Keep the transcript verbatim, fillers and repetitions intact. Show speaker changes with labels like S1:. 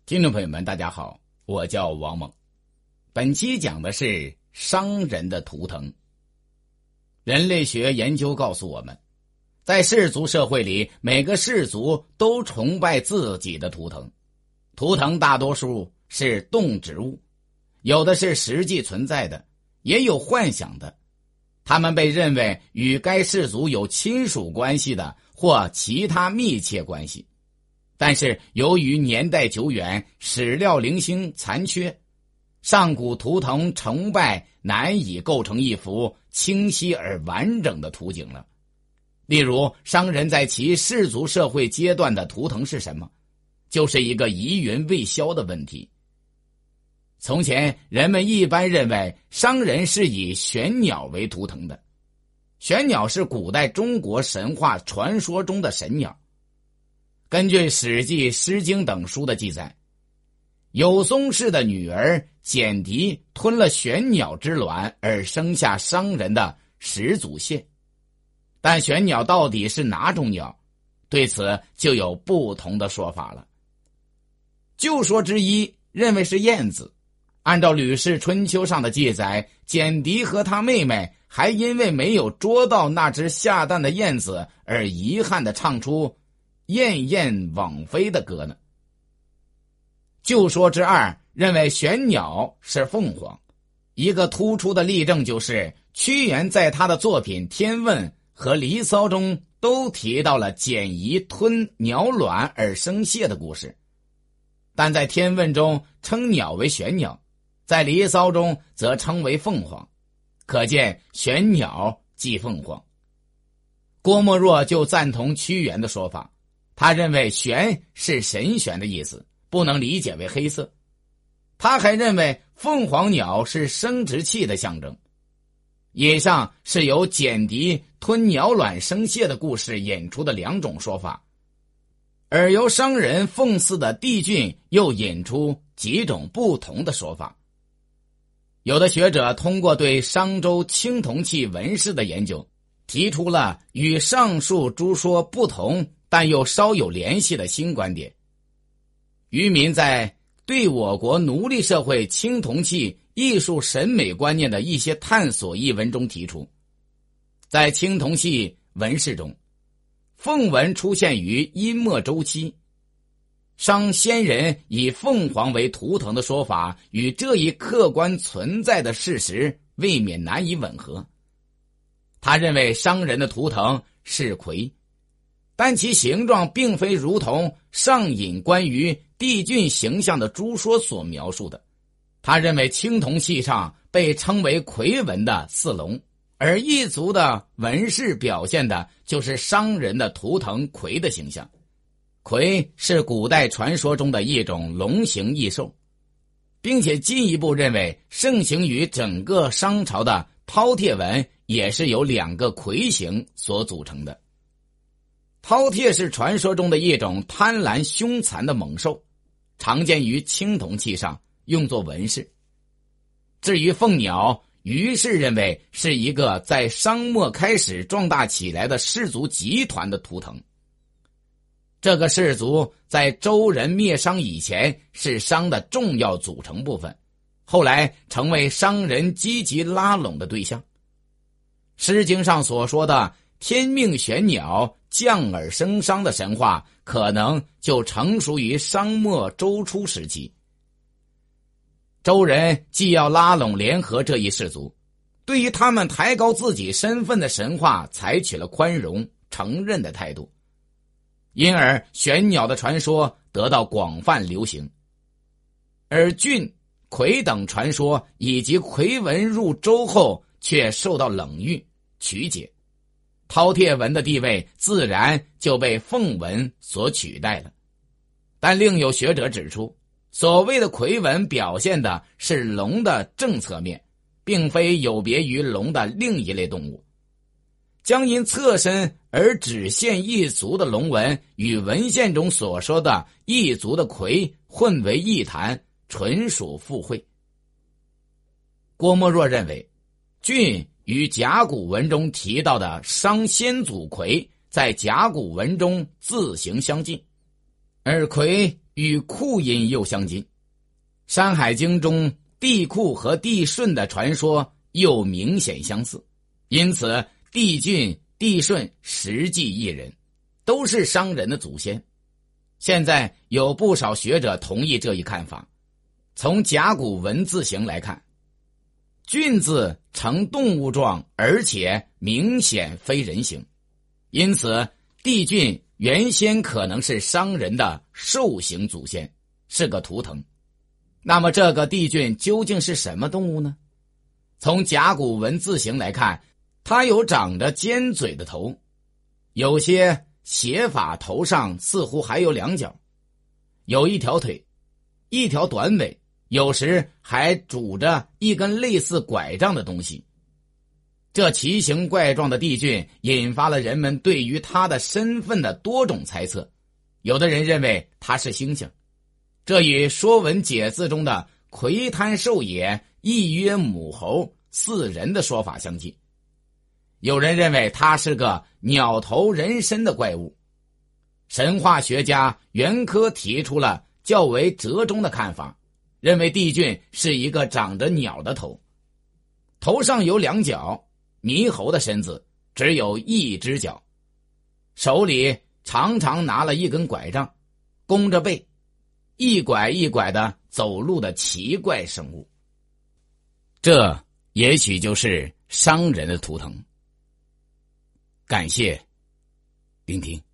S1: 听众朋友们，大家好，我叫王猛。本期讲的是商人的图腾。人类学研究告诉我们，在氏族社会里，每个氏族都崇拜自己的图腾。图腾大多数是动植物，有的是实际存在的，也有幻想的。它们被认为与该氏族有亲属关系的或其他密切关系。但是由于年代久远，史料零星残缺，上古图腾崇拜难以构成一幅清晰而完整的图景了。例如，商人在其氏族社会阶段的图腾是什么，就是一个疑云未消的问题。从前人们一般认为商人是以玄鸟为图腾的，玄鸟是古代中国神话传说中的神鸟。根据《史记》《诗经》等书的记载，有松氏的女儿简狄吞了玄鸟之卵而生下商人的始祖蟹。但玄鸟到底是哪种鸟？对此就有不同的说法了。旧说之一认为是燕子。按照《吕氏春秋》上的记载，简狄和他妹妹还因为没有捉到那只下蛋的燕子而遗憾地唱出燕燕网飞的歌呢。旧说之二认为玄鸟是凤凰，一个突出的例证就是屈原在他的作品《天问》和《离骚》中都提到了简狄吞鸟卵而生蟹的故事，但在《天问》中称鸟为玄鸟，在《离骚》中则称为凤凰，可见玄鸟即凤凰。郭沫若就赞同屈原的说法，他认为玄是神玄的意思，不能理解为黑色。他还认为凤凰鸟是生殖器的象征。以上是由简狄吞鸟卵生蟹的故事引出的两种说法，而由商人奉祀的帝俊又引出几种不同的说法。有的学者通过对商周青铜器纹饰的研究，提出了与上述诸说不同但又稍有联系的新观点。渔民在对我国奴隶社会青铜器艺术审美观念的一些探索一文中提出，在青铜器纹饰中，凤纹出现于殷末周期。商先人以凤凰为图腾的说法与这一客观存在的事实未免难以吻合。他认为商人的图腾是魁，但其形状并非如同上引关于帝俊形象的诸说所描述的。他认为青铜器上被称为魁纹的四龙，而一族的纹饰表现的就是商人的图腾魁的形象。魁是古代传说中的一种龙形异兽，并且进一步认为盛行于整个商朝的饕餮纹也是由两个魁形所组成的。饕餮是传说中的一种贪婪凶残的猛兽，常见于青铜器上，用作纹饰。至于凤鸟，于是认为是一个在商末开始壮大起来的氏族集团的图腾。这个氏族在周人灭商以前是商的重要组成部分，后来成为商人积极拉拢的对象。诗经上所说的天命玄鸟降而生商的神话，可能就成熟于商末周初时期。周人既要拉拢联合这一氏族，对于他们抬高自己身份的神话采取了宽容承认的态度，因而玄鸟的传说得到广泛流行。而俊、魁等传说以及魁纹入周后却受到冷遇曲解，饕餮纹的地位自然就被凤纹所取代了。但另有学者指出，所谓的魁纹表现的是龙的正侧面，并非有别于龙的另一类动物。将因侧身而只现一族的龙纹与文献中所说的一族的魁混为一谈，纯属附会。郭沫若认为，俊与甲骨文中提到的商先祖魁在甲骨文中字形相近，而魁与库音又相近，《山海经》中地库和地舜的传说又明显相似，因此帝俊、帝舜实际一人，都是商人的祖先。现在有不少学者同意这一看法。从甲骨文字形来看，俊字呈动物状，而且明显非人形，因此帝俊原先可能是商人的兽形祖先，是个图腾。那么这个帝俊究竟是什么动物呢？从甲骨文字形来看，它有长着尖嘴的头，有些写法头上似乎还有两角，有一条腿，一条短尾，有时还拄着一根类似拐杖的东西。这奇形怪状的帝俊引发了人们对于他的身份的多种猜测。有的人认为他是猩猩，这与《说文解字》中的魁滩兽也，亦曰母猴，似人的说法相近。有人认为他是个鸟头人身的怪物。神话学家袁科提出了较为折中的看法，认为帝俊是一个长着鸟的头，头上有两角，猕猴的身子只有一只脚，手里常常拿了一根拐杖，弓着背，一拐一拐的走路的奇怪生物。这也许就是商人的图腾。感谢聆听。